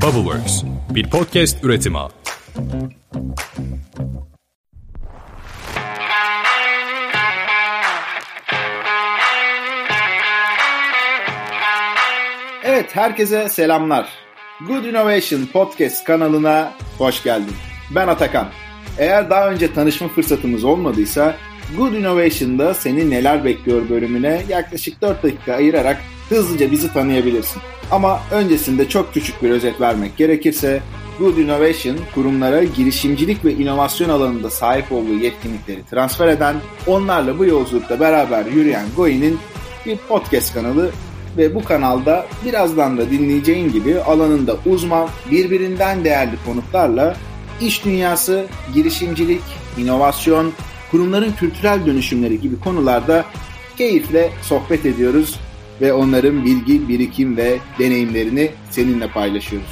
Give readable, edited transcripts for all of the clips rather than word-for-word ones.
Bubbleworks, bir podcast üretimi. Evet, herkese selamlar. Good Innovation Podcast kanalına hoş geldin. Ben Atakan. Eğer daha önce tanışma fırsatımız olmadıysa Good Innovation'da seni neler bekliyor bölümüne yaklaşık 4 dakika ayırarak hızlıca bizi tanıyabilirsin. Ama öncesinde çok küçük bir özet vermek gerekirse Good Innovation, kurumlara girişimcilik ve inovasyon alanında sahip olduğu yetkinlikleri transfer eden, onlarla bu yolculukta beraber yürüyen Goin'in bir podcast kanalı ve bu kanalda birazdan da dinleyeceğin gibi alanında uzman, birbirinden değerli konuklarla iş dünyası, girişimcilik, inovasyon, kurumların kültürel dönüşümleri gibi konularda keyifle sohbet ediyoruz ve onların bilgi, birikim ve deneyimlerini seninle paylaşıyoruz.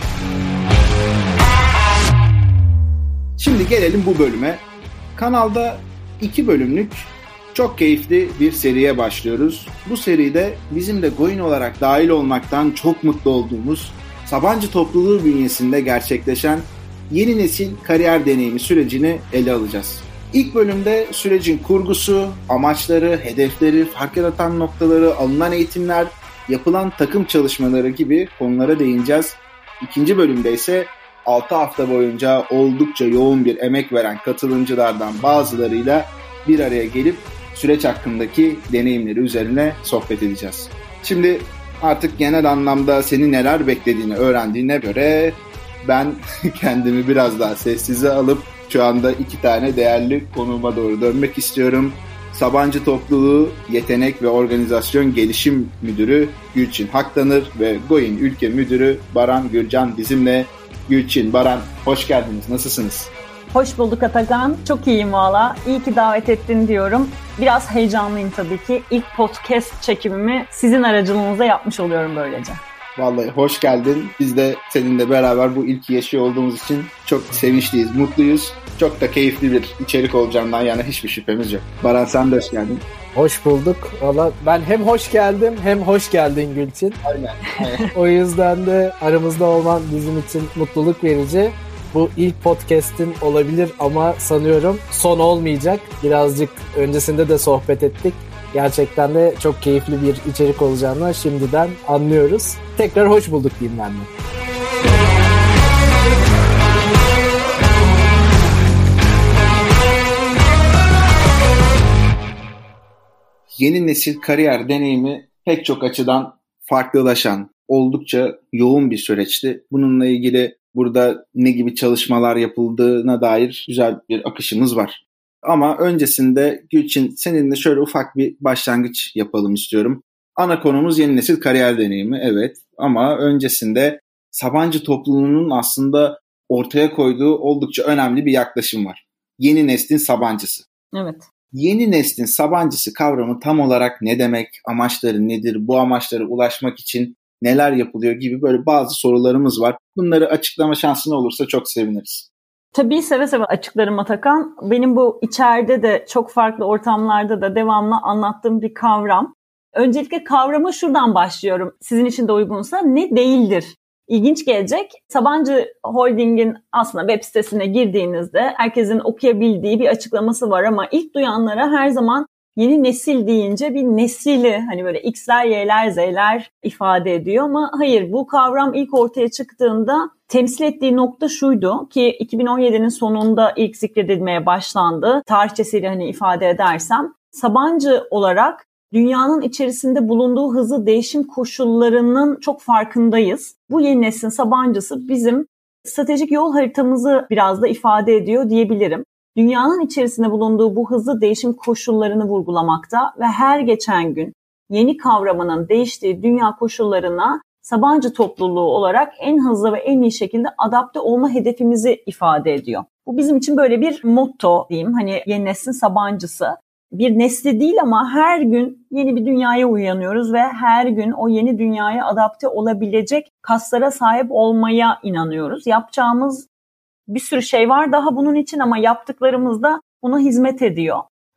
Şimdi gelelim bu bölüme. Kanalda 2 bölümlük çok keyifli bir seriye başlıyoruz. Bu seride bizim de Goin olarak dahil olmaktan çok mutlu olduğumuz Sabancı topluluğu bünyesinde gerçekleşen yeni nesil kariyer deneyimi sürecini ele alacağız. İlk bölümde sürecin kurgusu, amaçları, hedefleri, fark yaratan noktaları, alınan eğitimler, yapılan takım çalışmaları gibi konulara değineceğiz. İkinci bölümde ise 6 hafta boyunca oldukça yoğun bir emek veren katılımcılardan bazılarıyla bir araya gelip süreç hakkındaki deneyimleri üzerine sohbet edeceğiz. Şimdi artık genel anlamda seni neler beklediğini öğrendiğine göre ben kendimi biraz daha sessize alıp şu anda 2 tane değerli konuğuma doğru dönmek istiyorum. Sabancı Topluluğu Yetenek ve Organizasyon Gelişim Müdürü Gülçin Haktanır ve Goin Ülke Müdürü Baran Gürcan bizimle. Gülçin, Baran, hoş geldiniz. Nasılsınız? Hoş bulduk Atakan. Çok iyiyim valla. İyi ki davet ettin diyorum. Biraz heyecanlıyım tabii ki. İlk podcast çekimimi sizin aracılığınızla yapmış oluyorum böylece. Vallahi hoş geldin. Biz de seninle beraber bu ilki yaşıyor olduğumuz için çok sevinçliyiz, mutluyuz. Çok da keyifli bir içerik olacağından yana hiçbir şüphemiz yok. Baran, sen de hoş geldin. Hoş bulduk. Valla ben hem hoş geldim hem hoş geldin Gülçin. Aynen. O yüzden de aramızda olman bizim için mutluluk verici. Bu ilk podcast'in olabilir ama sanıyorum son olmayacak. Birazcık öncesinde de sohbet ettik. Gerçekten de çok keyifli bir içerik olacağını şimdiden anlıyoruz. Tekrar hoş bulduk diyeyim ben de. Yeni nesil kariyer deneyimi pek çok açıdan farklılaşan, oldukça yoğun bir süreçti. Bununla ilgili burada ne gibi çalışmalar yapıldığına dair güzel bir akışımız var. Ama öncesinde Gülçin, seninle şöyle ufak bir başlangıç yapalım istiyorum. Ana konumuz yeni nesil kariyer deneyimi, evet. Ama öncesinde Sabancı topluluğunun aslında ortaya koyduğu oldukça önemli bir yaklaşım var. Yeni neslin Sabancısı. Evet. Yeni neslin Sabancısı kavramı tam olarak ne demek, amaçları nedir, bu amaçlara ulaşmak için neler yapılıyor gibi böyle bazı sorularımız var. Bunları açıklama şansın olursa çok seviniriz. Tabii seve seve açıklarım Atakan. Benim bu içeride de çok farklı ortamlarda da devamlı anlattığım bir kavram. Öncelikle kavrama şuradan başlıyorum. Sizin için de uygunsa ne değildir? İlginç gelecek. Sabancı Holding'in aslında web sitesine girdiğinizde herkesin okuyabildiği bir açıklaması var ama ilk duyanlara her zaman yeni nesil deyince bir nesili hani böyle X'ler, Y'ler, Z'ler ifade ediyor ama hayır, bu kavram ilk ortaya çıktığında temsil ettiği nokta şuydu ki 2017'nin sonunda ilk zikredilmeye başlandı. Tarihçesiyle hani ifade edersem Sabancı olarak dünyanın içerisinde bulunduğu hızlı değişim koşullarının çok farkındayız. Bu yeni neslin Sabancısı bizim stratejik yol haritamızı biraz da ifade ediyor diyebilirim. Dünyanın içerisinde bulunduğu bu hızlı değişim koşullarını vurgulamakta ve her geçen gün yeni kavramının değiştiği dünya koşullarına Sabancı topluluğu olarak en hızlı ve en iyi şekilde adapte olma hedefimizi ifade ediyor. Bu bizim için böyle bir motto diyeyim. Hani yeni neslin Sabancısı. Bir nesli değil ama her gün yeni bir dünyaya uyanıyoruz ve her gün o yeni dünyaya adapte olabilecek kaslara sahip olmaya inanıyoruz. Yapacağımız bir sürü şey var daha bunun için ama yaptıklarımız da buna hizmet ediyor.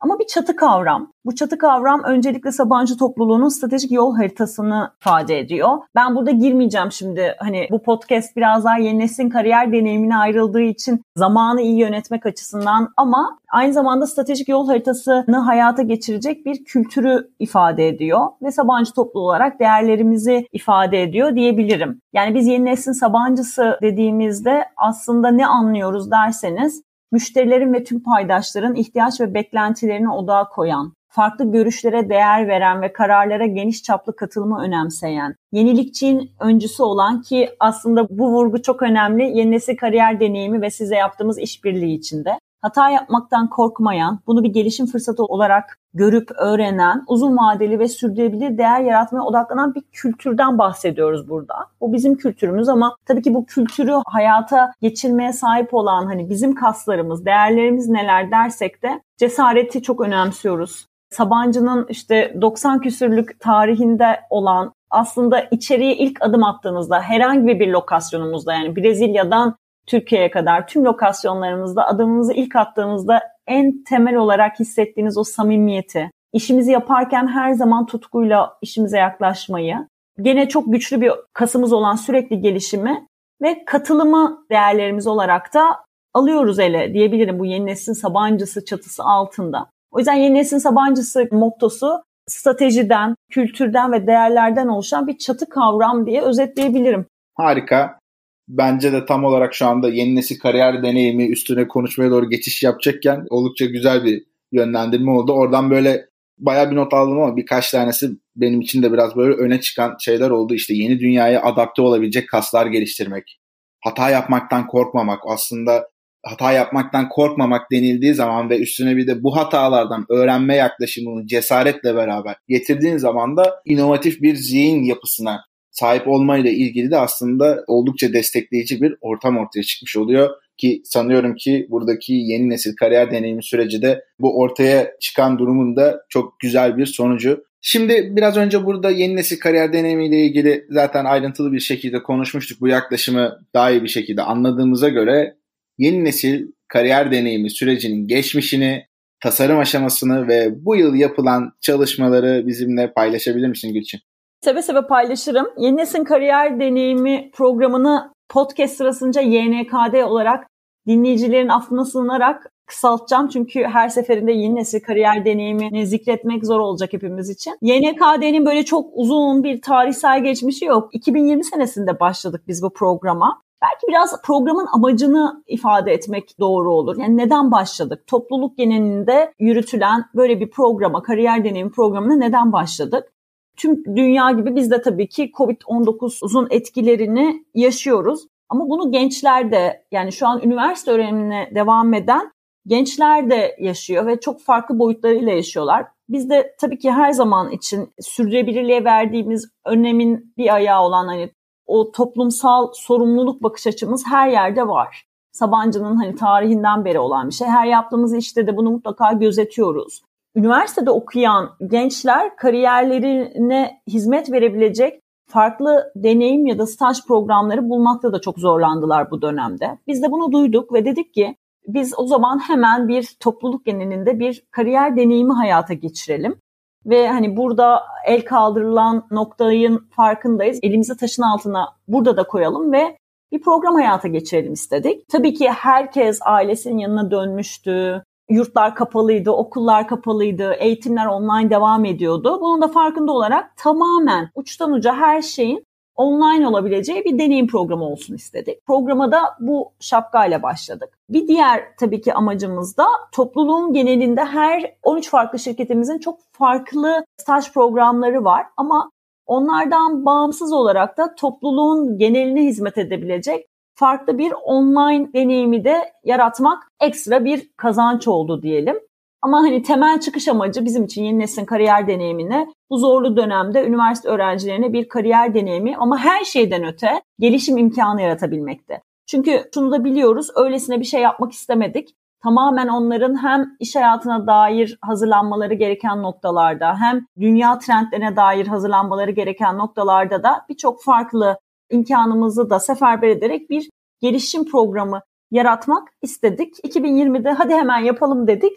Ama bir çatı kavram. Bu çatı kavram öncelikle Sabancı topluluğunun stratejik yol haritasını ifade ediyor. Ben burada girmeyeceğim şimdi. Hani bu podcast biraz daha yeni neslin kariyer deneyimine ayrıldığı için zamanı iyi yönetmek açısından, ama aynı zamanda stratejik yol haritasını hayata geçirecek bir kültürü ifade ediyor ve Sabancı topluluğu olarak değerlerimizi ifade ediyor diyebilirim. Yani biz yeni neslin Sabancısı dediğimizde aslında ne anlıyoruz derseniz, müşterilerin ve tüm paydaşların ihtiyaç ve beklentilerini odağa koyan, farklı görüşlere değer veren ve kararlara geniş çaplı katılımı önemseyen, yenilikçinin öncüsü olan, ki aslında bu vurgu çok önemli, yeni nesil kariyer deneyimi ve size yaptığımız işbirliği içinde. Hata yapmaktan korkmayan, bunu bir gelişim fırsatı olarak görüp öğrenen, uzun vadeli ve sürdürülebilir değer yaratmaya odaklanan bir kültürden bahsediyoruz burada. Bu bizim kültürümüz ama tabii ki bu kültürü hayata geçirmeye sahip olan, hani bizim kaslarımız, değerlerimiz neler dersek de cesareti çok önemsiyoruz. Sabancı'nın işte 90 küsürlük tarihinde olan, aslında içeriye ilk adım attığınızda herhangi bir lokasyonumuzda, yani Brezilya'dan Türkiye'ye kadar tüm lokasyonlarımızda adımınızı ilk attığınızda en temel olarak hissettiğiniz o samimiyeti, işimizi yaparken her zaman tutkuyla işimize yaklaşmayı, gene çok güçlü bir kasımız olan sürekli gelişimi ve katılımı değerlerimiz olarak da alıyoruz ele diyebilirim bu yeni neslin Sabancısı çatısı altında. O yüzden yeni neslin Sabancısı mottosu stratejiden, kültürden ve değerlerden oluşan bir çatı kavram diye özetleyebilirim. Harika. Bence de tam olarak şu anda yeni nesil kariyer deneyimi üstüne konuşmaya doğru geçiş yapacakken oldukça güzel bir yönlendirme oldu. Oradan böyle bayağı bir not aldım ama birkaç tanesi benim için de biraz böyle öne çıkan şeyler oldu. İşte yeni dünyaya adapte olabilecek kaslar geliştirmek, hata yapmaktan korkmamak. Aslında hata yapmaktan korkmamak denildiği zaman ve üstüne bir de bu hatalardan öğrenme yaklaşımını cesaretle beraber getirdiğin zaman da inovatif bir zihin yapısına sahip olmayla ilgili de aslında oldukça destekleyici bir ortam ortaya çıkmış oluyor ki sanıyorum ki buradaki yeni nesil kariyer deneyimi süreci de bu ortaya çıkan durumun da çok güzel bir sonucu. Şimdi biraz önce burada yeni nesil kariyer deneyimiyle ilgili zaten ayrıntılı bir şekilde konuşmuştuk. Bu yaklaşımı daha iyi bir şekilde anladığımıza göre yeni nesil kariyer deneyimi sürecinin geçmişini, tasarım aşamasını ve bu yıl yapılan çalışmaları bizimle paylaşabilir misin Gülçin? Seve seve paylaşırım. Yeni Nesil Kariyer Deneyimi programını podcast sırasınca YNKD olarak dinleyicilerin affına sığınarak kısaltacağım. Çünkü her seferinde yeni nesil kariyer deneyimini zikretmek zor olacak hepimiz için. YNKD'nin böyle çok uzun bir tarihsel geçmişi yok. 2020 senesinde başladık biz bu programa. Belki biraz programın amacını ifade etmek doğru olur. Yani neden başladık? Topluluk genelinde yürütülen böyle bir programa, kariyer deneyimi programına neden başladık? Tüm dünya gibi biz de tabii ki Covid-19'un etkilerini yaşıyoruz. Ama bunu gençler de, yani şu an üniversite öğrenimine devam eden gençler de yaşıyor ve çok farklı boyutlarıyla yaşıyorlar. Biz de tabii ki her zaman için sürdürülebilirliğe verdiğimiz önemin bir ayağı olan hani o toplumsal sorumluluk bakış açımız her yerde var. Sabancı'nın hani tarihinden beri olan bir şey. Her yaptığımız işte de bunu mutlaka gözetiyoruz. Üniversitede okuyan gençler kariyerlerine hizmet verebilecek farklı deneyim ya da staj programları bulmakta da çok zorlandılar bu dönemde. Biz de bunu duyduk ve dedik ki biz o zaman hemen bir topluluk genelinde bir kariyer deneyimi hayata geçirelim. Ve hani burada el kaldırılan noktanın farkındayız. Elimizi taşın altına burada da koyalım ve bir program hayata geçirelim istedik. Tabii ki herkes ailesinin yanına dönmüştü. Yurtlar kapalıydı, okullar kapalıydı, eğitimler online devam ediyordu. Bunun da farkında olarak tamamen uçtan uca her şeyin online olabileceği bir deneyim programı olsun istedik. Programa da bu şapkayla başladık. Bir diğer tabii ki amacımız da topluluğun genelinde her 13 farklı şirketimizin çok farklı staj programları var. Ama onlardan bağımsız olarak da topluluğun geneline hizmet edebilecek farklı bir online deneyimi de yaratmak ekstra bir kazanç oldu diyelim. Ama hani temel çıkış amacı bizim için yeni neslin kariyer deneyimine bu zorlu dönemde üniversite öğrencilerine bir kariyer deneyimi ama her şeyden öte gelişim imkanı yaratabilmekte. Çünkü şunu da biliyoruz, öylesine bir şey yapmak istemedik. Tamamen onların hem iş hayatına dair hazırlanmaları gereken noktalarda hem dünya trendlerine dair hazırlanmaları gereken noktalarda da birçok farklı imkanımızı da seferber ederek bir gelişim programı yaratmak istedik. 2020'de hadi hemen yapalım dedik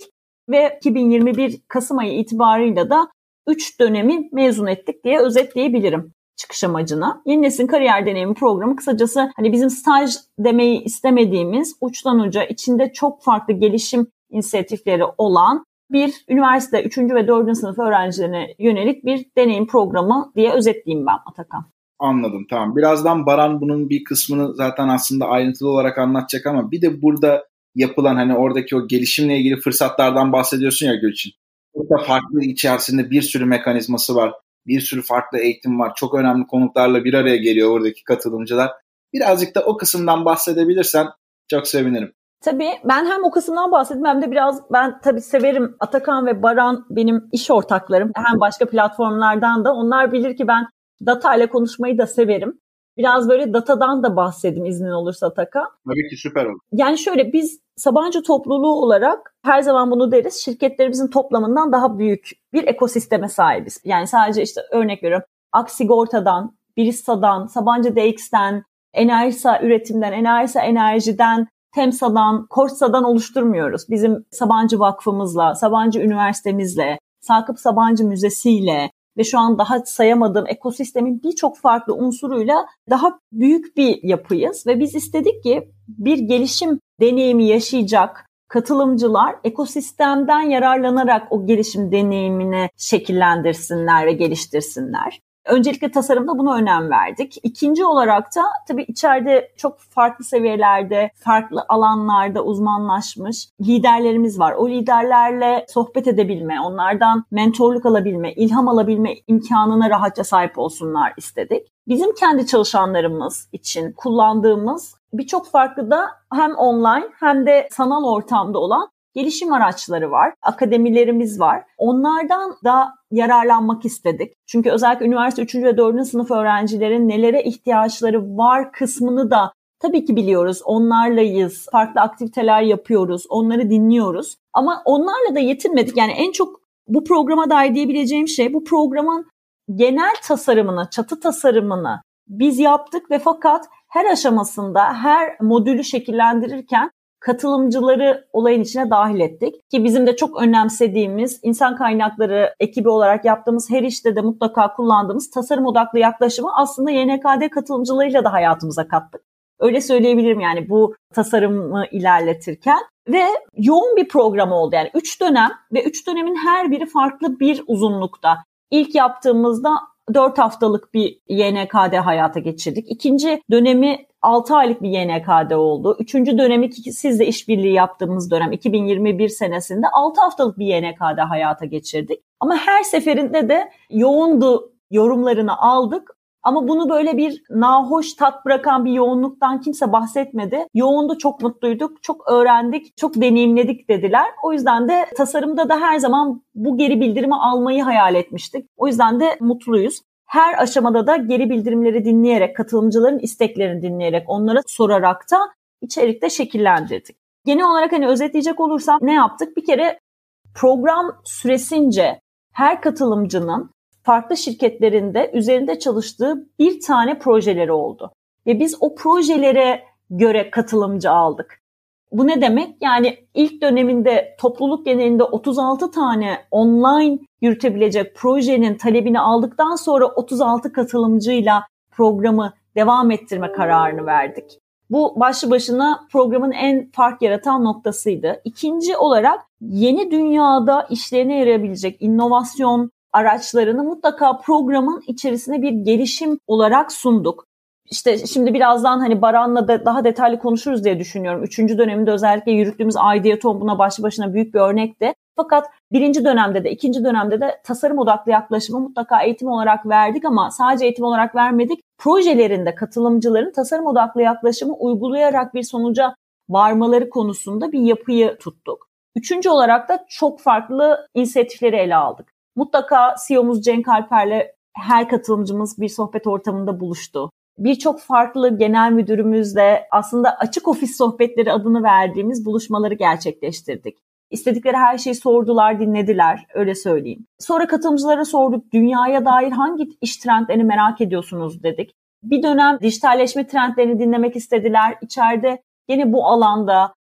ve 2021 Kasım ayı itibarıyla da 3 dönemi mezun ettik diye özetleyebilirim çıkış amacına. Yeni Nesil Kariyer Deneyimi Programı kısacası hani bizim staj demeyi istemediğimiz uçtan uca içinde çok farklı gelişim inisiyatifleri olan bir üniversite 3. ve 4. sınıf öğrencilerine yönelik bir deneyim programı diye özetleyeyim ben Atakan. Anladım, tamam. Birazdan Baran bunun bir kısmını zaten aslında ayrıntılı olarak anlatacak ama bir de burada yapılan hani oradaki o gelişimle ilgili fırsatlardan bahsediyorsun ya Gülçin. Burada farklı içerisinde bir sürü mekanizması var. Bir sürü farklı eğitim var. Çok önemli konuklarla bir araya geliyor oradaki katılımcılar. Birazcık da o kısımdan bahsedebilirsen çok sevinirim. Tabii ben hem o kısımdan bahsedeyim hem de biraz ben tabii severim. Atakan ve Baran benim iş ortaklarım. Hem başka platformlardan da. Onlar bilir ki ben data ile konuşmayı da severim. Biraz böyle datadan da bahsedeyim iznin olursa Atakan. Tabii ki, süper olur. Yani şöyle biz Sabancı topluluğu olarak her zaman bunu deriz. Şirketlerimizin toplamından daha büyük bir ekosisteme sahibiz. Yani sadece işte örnek veriyorum. Aksigorta'dan, Birista'dan, Sabancı DX'ten, Enerjisa üretimden, Enerjisa enerjiden, Temsa'dan, Korsa'dan oluşturmuyoruz. Bizim Sabancı Vakfımızla, Sabancı Üniversitemizle, Sakıp Sabancı Müzesi'yle ve şu an daha sayamadığım ekosistemin birçok farklı unsuruyla daha büyük bir yapıyız. Ve biz istedik ki bir gelişim deneyimi yaşayacak katılımcılar ekosistemden yararlanarak o gelişim deneyimini şekillendirsinler ve geliştirsinler. Öncelikle tasarımda buna önem verdik. İkinci olarak da tabii içeride çok farklı seviyelerde, farklı alanlarda uzmanlaşmış liderlerimiz var. O liderlerle sohbet edebilme, onlardan mentorluk alabilme, ilham alabilme imkanına rahatça sahip olsunlar istedik. Bizim kendi çalışanlarımız için kullandığımız birçok farklı da hem online hem de sanal ortamda olan gelişim araçları var, akademilerimiz var. Onlardan da yararlanmak istedik. Çünkü özellikle üniversite 3. ve 4. sınıf öğrencilerin nelere ihtiyaçları var kısmını da tabii ki biliyoruz. Onlarlayız, farklı aktiviteler yapıyoruz, onları dinliyoruz. Ama onlarla da yetinmedik. Yani en çok bu programa dair diyebileceğim şey bu programın genel tasarımını, çatı tasarımını biz yaptık ve fakat her aşamasında, her modülü şekillendirirken katılımcıları olayın içine dahil ettik. Ki bizim de çok önemsediğimiz, insan kaynakları ekibi olarak yaptığımız her işte de mutlaka kullandığımız tasarım odaklı yaklaşımı aslında YNKD katılımcılarıyla da hayatımıza kattık. Öyle söyleyebilirim yani bu tasarımı ilerletirken. Ve yoğun bir program oldu yani 3 dönem ve 3 dönemin her biri farklı bir uzunlukta. İlk yaptığımızda 4 haftalık bir YNKD hayata geçirdik. İkinci dönemi 6 aylık bir YNKD oldu. Üçüncü dönemi sizle işbirliği yaptığımız dönem 2021 senesinde 6 haftalık bir YNKD hayata geçirdik. Ama her seferinde de yoğundu yorumlarını aldık. Ama bunu böyle bir nahoş tat bırakan bir yoğunluktan kimse bahsetmedi. Yoğundu, çok mutluyduk, çok öğrendik, çok deneyimledik dediler. O yüzden de tasarımda da her zaman bu geri bildirimi almayı hayal etmiştik. O yüzden de mutluyuz. Her aşamada da geri bildirimleri dinleyerek, katılımcıların isteklerini dinleyerek, onlara sorarak da içerikte şekillendirdik. Genel olarak hani özetleyecek olursam ne yaptık? Bir kere program süresince her katılımcının farklı şirketlerinde üzerinde çalıştığı bir tane projeleri oldu. Ve biz o projelere göre katılımcı aldık. Bu ne demek? Yani ilk döneminde topluluk genelinde 36 tane online yürütebilecek projenin talebini aldıktan sonra 36 katılımcıyla programı devam ettirme kararını verdik. Bu başlı başına programın en fark yaratan noktasıydı. İkinci olarak yeni dünyada işlerine yarayabilecek inovasyon araçlarını mutlaka programın içerisine bir gelişim olarak sunduk. İşte şimdi birazdan hani Baran'la da daha detaylı konuşuruz diye düşünüyorum. 3. döneminde özellikle yürüttüğümüz Ideaton buna başlı başına büyük bir örnekti. Fakat 1. dönemde de 2. dönemde de tasarım odaklı yaklaşımı mutlaka eğitim olarak verdik ama sadece eğitim olarak vermedik. Projelerinde katılımcıların tasarım odaklı yaklaşımı uygulayarak bir sonuca varmaları konusunda bir yapıyı tuttuk. 3. olarak da çok farklı inisiyatifleri ele aldık. Mutlaka CEO'muz Cenk Alper'le her katılımcımız bir sohbet ortamında buluştu. Birçok farklı genel müdürümüzle aslında açık ofis sohbetleri adını verdiğimiz buluşmaları gerçekleştirdik. İstedikleri her şeyi sordular, dinlediler, öyle söyleyeyim. Sonra katılımcılara sorduk, dünyaya dair hangi iş trendlerini merak ediyorsunuz dedik. Bir dönem dijitalleşme trendlerini dinlemek istediler. İçeride yine bu alanda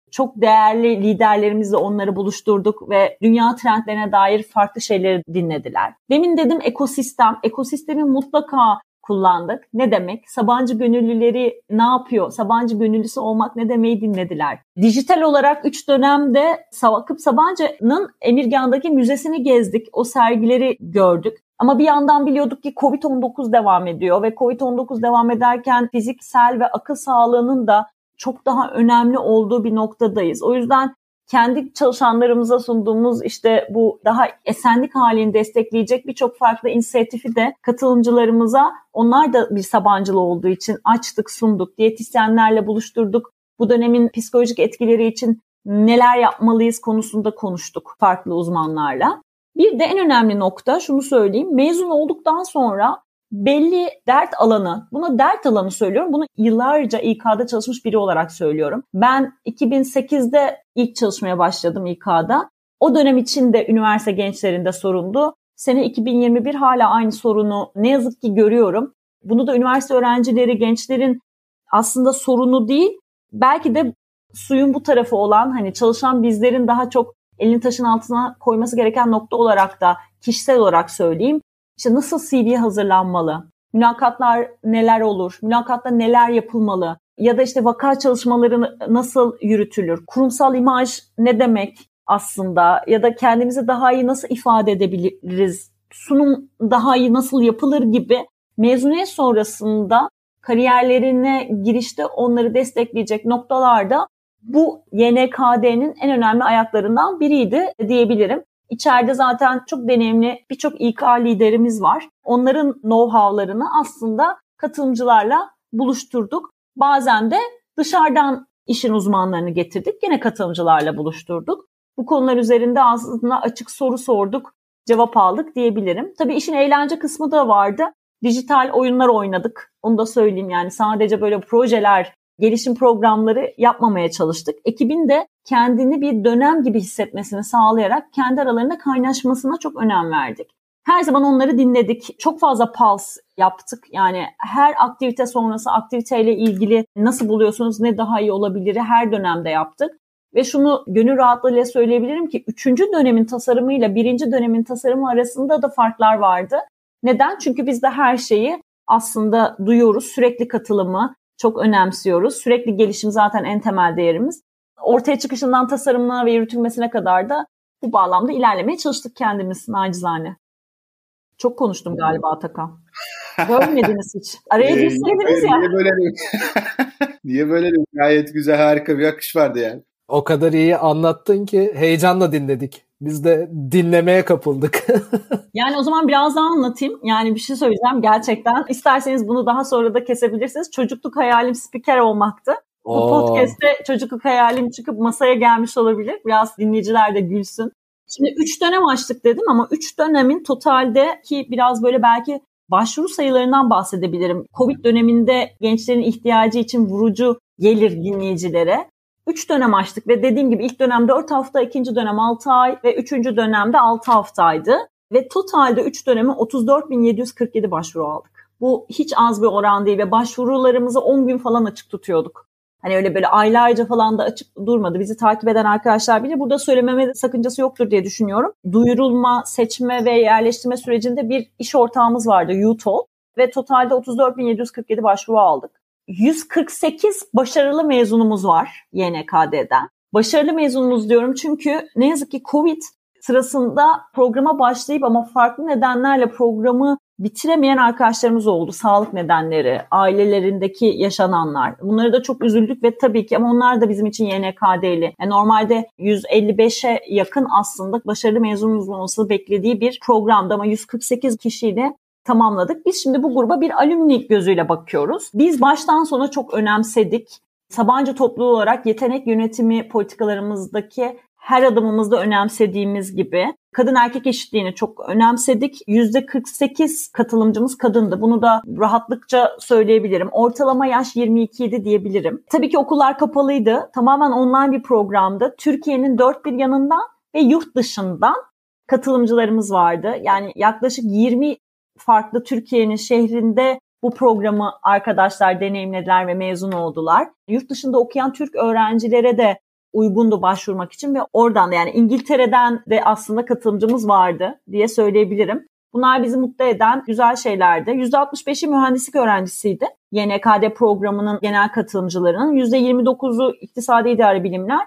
Çok değerli liderlerimizle onları buluşturduk ve dünya trendlerine dair farklı şeyleri dinlediler. Demin dedim ekosistem. Ekosistemi mutlaka kullandık. Ne demek? Sabancı gönüllüleri ne yapıyor? Sabancı gönüllüsü olmak ne demeyi dinlediler. Dijital olarak 3 dönemde Vakıf Sabancı'nın Emirgan'daki müzesini gezdik. O sergileri gördük. Ama bir yandan biliyorduk ki Covid-19 devam ediyor ve Covid-19 devam ederken fiziksel ve akıl sağlığının da çok daha önemli olduğu bir noktadayız. O yüzden kendi çalışanlarımıza sunduğumuz bu daha esenlik halini destekleyecek birçok farklı inisiyatifi de katılımcılarımıza, onlar da bir Sabancılı olduğu için açtık, sunduk. Diyetisyenlerle buluşturduk. Bu dönemin psikolojik etkileri için neler yapmalıyız konusunda konuştuk farklı uzmanlarla. Bir de en önemli nokta şunu söyleyeyim. Mezun olduktan sonra belli dert alanı, buna dert alanı söylüyorum. Bunu yıllarca İK'da çalışmış biri olarak söylüyorum. Ben 2008'de ilk çalışmaya başladım İK'da. O dönem içinde üniversite gençlerinde sorundu. Sene 2021 hala aynı sorunu ne yazık ki görüyorum. Bunu da üniversite öğrencileri, gençlerin aslında sorunu değil, belki de suyun bu tarafı olan çalışan bizlerin daha çok elini taşın altına koyması gereken nokta olarak da kişisel olarak söyleyeyim. Nasıl CV hazırlanmalı? Mülakatlar neler olur? Mülakatta neler yapılmalı? Ya da vaka çalışmaları nasıl yürütülür? Kurumsal imaj ne demek aslında? Ya da kendimizi daha iyi nasıl ifade edebiliriz? Sunum daha iyi nasıl yapılır gibi mezuniyet sonrasında kariyerlerine girişte onları destekleyecek noktalarda bu YNKD'nin en önemli ayaklarından biriydi diyebilirim. İçeride zaten çok deneyimli birçok İK liderimiz var. Onların know-how'larını aslında katılımcılarla buluşturduk. Bazen de dışarıdan işin uzmanlarını getirdik. Yine katılımcılarla buluşturduk. Bu konular üzerinde aslında açık soru sorduk, cevap aldık diyebilirim. Tabii işin eğlence kısmı da vardı. Dijital oyunlar oynadık. Onu da söyleyeyim, sadece böyle projeler, gelişim programları yapmamaya çalıştık. Ekibin de kendini bir dönem gibi hissetmesini sağlayarak kendi aralarında kaynaşmasına çok önem verdik. Her zaman onları dinledik. Çok fazla pulse yaptık. Her aktivite sonrası aktiviteyle ilgili nasıl buluyorsunuz, ne daha iyi olabilir her dönemde yaptık. Ve şunu gönül rahatlığıyla söyleyebilirim ki 3. dönemin tasarımıyla 1. dönemin tasarımı arasında da farklar vardı. Neden? Çünkü biz de her şeyi aslında duyuyoruz. Sürekli katılımı çok önemsiyoruz. Sürekli gelişim zaten en temel değerimiz. Ortaya çıkışından tasarımına ve yürütülmesine kadar da bu bağlamda ilerlemeye çalıştık kendimiz nacizane. Çok konuştum galiba Atakan. Görmediniz hiç. Araya girseydiniz ya. Niye böyle gayet güzel, harika bir akış vardı yani. O kadar iyi anlattın ki heyecanla dinledik. Biz de dinlemeye kapıldık. O zaman biraz daha anlatayım. Bir şey söyleyeceğim gerçekten. İsterseniz bunu daha sonra da kesebilirsiniz. Çocukluk hayalim spiker olmaktı. Bu podcast'te çocukluk hayalim çıkıp masaya gelmiş olabilir. Biraz dinleyiciler de gülsün. Şimdi 3 dönem açtık dedim ama 3 dönemin totaldeki biraz böyle belki başvuru sayılarından bahsedebilirim. Covid döneminde gençlerin ihtiyacı için vurucu gelir dinleyicilere. 3 dönem açtık ve dediğim gibi ilk dönem 4 hafta, ikinci dönem 6 ay ve 3. dönemde 6 haftaydı. Ve totalde 3 dönemi 34.747 başvuru aldık. Bu hiç az bir oran değil ve başvurularımızı 10 gün falan açık tutuyorduk. Öyle böyle aylarca falan da açık durmadı. Bizi takip eden arkadaşlar bilir. Burada söylememe sakıncası yoktur diye düşünüyorum. Duyurulma, seçme ve yerleştirme sürecinde bir iş ortağımız vardı, UTOL. Ve totalde 34.747 başvuru aldık. 148 başarılı mezunumuz var YNKD'den. Başarılı mezunumuz diyorum çünkü ne yazık ki Covid sırasında programa başlayıp ama farklı nedenlerle programı bitiremeyen arkadaşlarımız oldu. Sağlık nedenleri, ailelerindeki yaşananlar. Bunları da çok üzüldük ve tabii ki ama onlar da bizim için YNKD'li. Normalde 155'e yakın aslında başarılı mezunumuz olması beklediği bir programdı ama 148 kişiyle tamamladık. Biz şimdi bu gruba bir alümni gözüyle bakıyoruz. Biz baştan sona çok önemsedik. Sabancı topluluğu olarak yetenek yönetimi politikalarımızdaki her adımımızda önemsediğimiz gibi kadın erkek eşitliğini çok önemsedik. %48 katılımcımız kadındı. Bunu da rahatlıkça söyleyebilirim. Ortalama yaş 22 idi diyebilirim. Tabii ki okullar kapalıydı. Tamamen online bir programdı. Türkiye'nin dört bir yanından ve yurt dışından katılımcılarımız vardı. Yaklaşık 20 farklı Türkiye'nin şehrinde bu programı arkadaşlar deneyimlediler ve mezun oldular. Yurt dışında okuyan Türk öğrencilere de uygundu başvurmak için ve oradan da yani İngiltere'den de aslında katılımcımız vardı diye söyleyebilirim. Bunlar bizi mutlu eden güzel şeylerdi. %65'i mühendislik öğrencisiydi. YNKD programının genel katılımcılarının. %29'u iktisadi idari bilimler,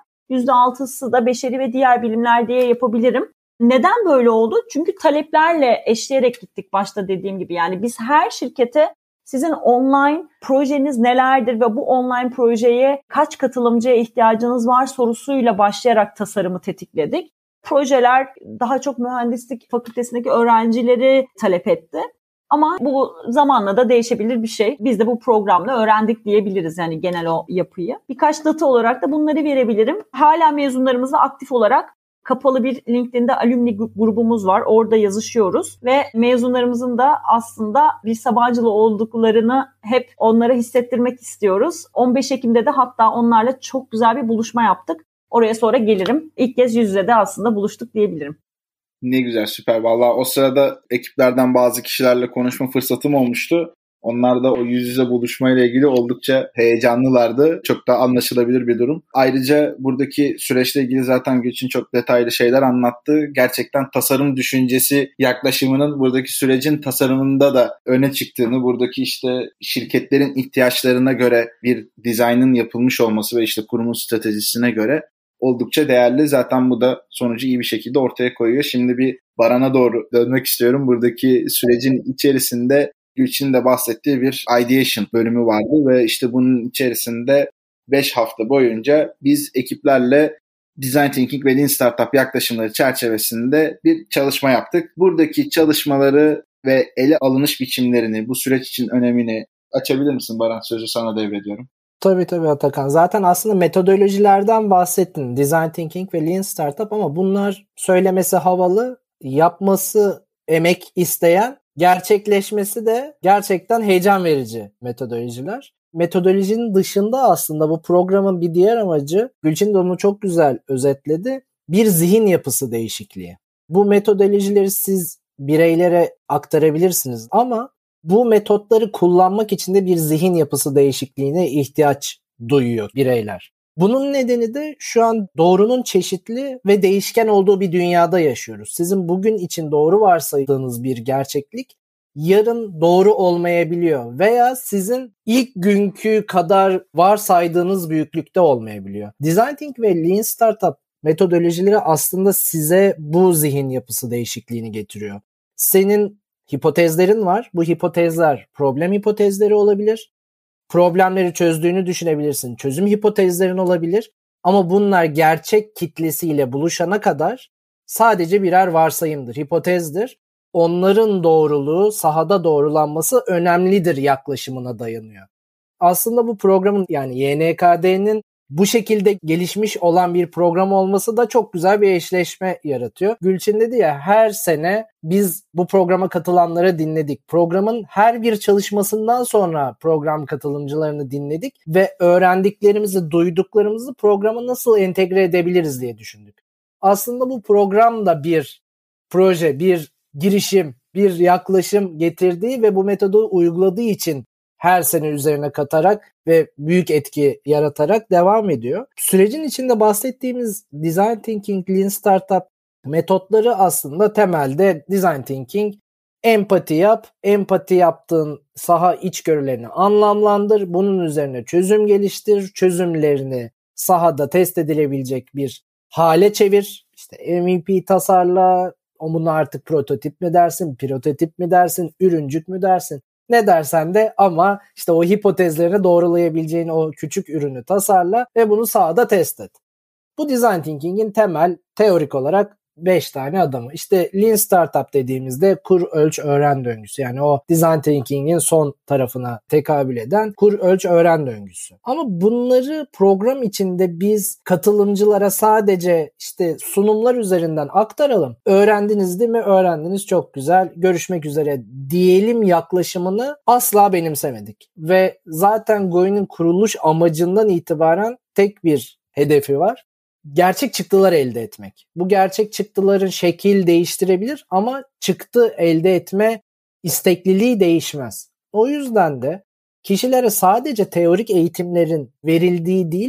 %6'sı da beşeri ve diğer bilimler diye yapabilirim. Neden böyle oldu? Çünkü taleplerle eşleyerek gittik başta dediğim gibi. Yani biz her şirkete sizin online projeniz nelerdir ve bu online projeye kaç katılımcıya ihtiyacınız var sorusuyla başlayarak tasarımı tetikledik. Projeler daha çok mühendislik fakültesindeki öğrencileri talep etti. Ama bu zamanla da değişebilir bir şey. Biz de bu programla öğrendik diyebiliriz yani genel o yapıyı. Birkaç data olarak da bunları verebilirim. Hala mezunlarımızla aktif olarak kapalı bir LinkedIn'de alumni grubumuz var. Orada yazışıyoruz ve mezunlarımızın da aslında bir Sabancılı olduklarını hep onlara hissettirmek istiyoruz. 15 Ekim'de de hatta onlarla çok güzel bir buluşma yaptık. Oraya sonra gelirim. İlk kez yüz yüze de aslında buluştuk diyebilirim. Ne güzel, süper. Vallahi o sırada ekiplerden bazı kişilerle konuşma fırsatım olmuştu. Onlar da o yüz yüze buluşmayla ilgili oldukça heyecanlılardı. Çok da anlaşılabilir bir durum. Ayrıca buradaki süreçle ilgili zaten Gülçin çok detaylı şeyler anlattı. Gerçekten tasarım düşüncesi yaklaşımının buradaki sürecin tasarımında da öne çıktığını, buradaki işte şirketlerin ihtiyaçlarına göre bir dizaynın yapılmış olması ve işte kurumun stratejisine göre oldukça değerli. Zaten bu da sonucu iyi bir şekilde ortaya koyuyor. Şimdi bir Baran'a doğru dönmek istiyorum. Buradaki sürecin içerisinde Gülçin'in de bahsettiği bir ideation bölümü vardı ve işte bunun içerisinde 5 hafta boyunca biz ekiplerle Design Thinking ve Lean Startup yaklaşımları çerçevesinde bir çalışma yaptık. Buradaki çalışmaları ve ele alınış biçimlerini, bu süreç için önemini açabilir misin Baran? Sözü sana devrediyorum. Tabii Atakan. Zaten aslında metodolojilerden bahsettin. Design Thinking ve Lean Startup ama bunlar söylemesi havalı, yapması emek isteyen, gerçekleşmesi de gerçekten heyecan verici metodolojiler. Metodolojinin dışında aslında bu programın bir diğer amacı, Gülçin de onu çok güzel özetledi, bir zihin yapısı değişikliği. Bu metodolojileri siz bireylere aktarabilirsiniz ama bu metotları kullanmak için de bir zihin yapısı değişikliğine ihtiyaç duyuyor bireyler. Bunun nedeni de şu an doğrunun çeşitli ve değişken olduğu bir dünyada yaşıyoruz. Sizin bugün için doğru varsaydığınız bir gerçeklik yarın doğru olmayabiliyor veya sizin ilk günkü kadar varsaydığınız büyüklükte olmayabiliyor. Design Thinking ve Lean Startup metodolojileri aslında size bu zihin yapısı değişikliğini getiriyor. Senin hipotezlerin var. Bu hipotezler problem hipotezleri olabilir. Problemleri çözdüğünü düşünebilirsin. Çözüm hipotezlerin olabilir. Ama bunlar gerçek kitlesiyle buluşana kadar sadece birer varsayımdır, hipotezdir. Onların doğruluğu, sahada doğrulanması önemlidir yaklaşımına dayanıyor. Aslında bu programın yani YNKD'nin bu şekilde gelişmiş olan bir program olması da çok güzel bir eşleşme yaratıyor. Gülçin dedi ya, her sene biz bu programa katılanları dinledik. Programın her bir çalışmasından sonra program katılımcılarını dinledik ve öğrendiklerimizi, duyduklarımızı programa nasıl entegre edebiliriz diye düşündük. Aslında bu program da bir proje, bir girişim, bir yaklaşım getirdiği ve bu metodu uyguladığı için her sene üzerine katarak ve büyük etki yaratarak devam ediyor. Sürecin içinde bahsettiğimiz Design Thinking, Lean Startup metotları aslında temelde Design Thinking, empati yap, empati yaptığın saha içgörülerini anlamlandır, bunun üzerine çözüm geliştir, çözümlerini sahada test edilebilecek bir hale çevir, işte MVP tasarla, bunu artık prototip mi dersin, prototip mi dersin, ürüncük mü dersin? Ne dersen de ama işte o hipotezlerini doğrulayabileceğin o küçük ürünü tasarla ve bunu sahada test et. Bu Design Thinking'in temel teorik olarak 5 tane adımı. İşte Lean Startup dediğimizde kur, ölç, öğren döngüsü. Yani o Design Thinking'in son tarafına tekabül eden kur, ölç, öğren döngüsü. Ama bunları program içinde biz katılımcılara sadece işte sunumlar üzerinden aktaralım. Öğrendiniz değil mi? Öğrendiniz, çok güzel. Görüşmek üzere diyelim yaklaşımını asla benimsemedik. Ve zaten Goi'nin kuruluş amacından itibaren tek bir hedefi var: gerçek çıktılar elde etmek. Bu gerçek çıktıların şekil değiştirebilir ama çıktı elde etme istekliliği değişmez. O yüzden de kişilere sadece teorik eğitimlerin verildiği değil,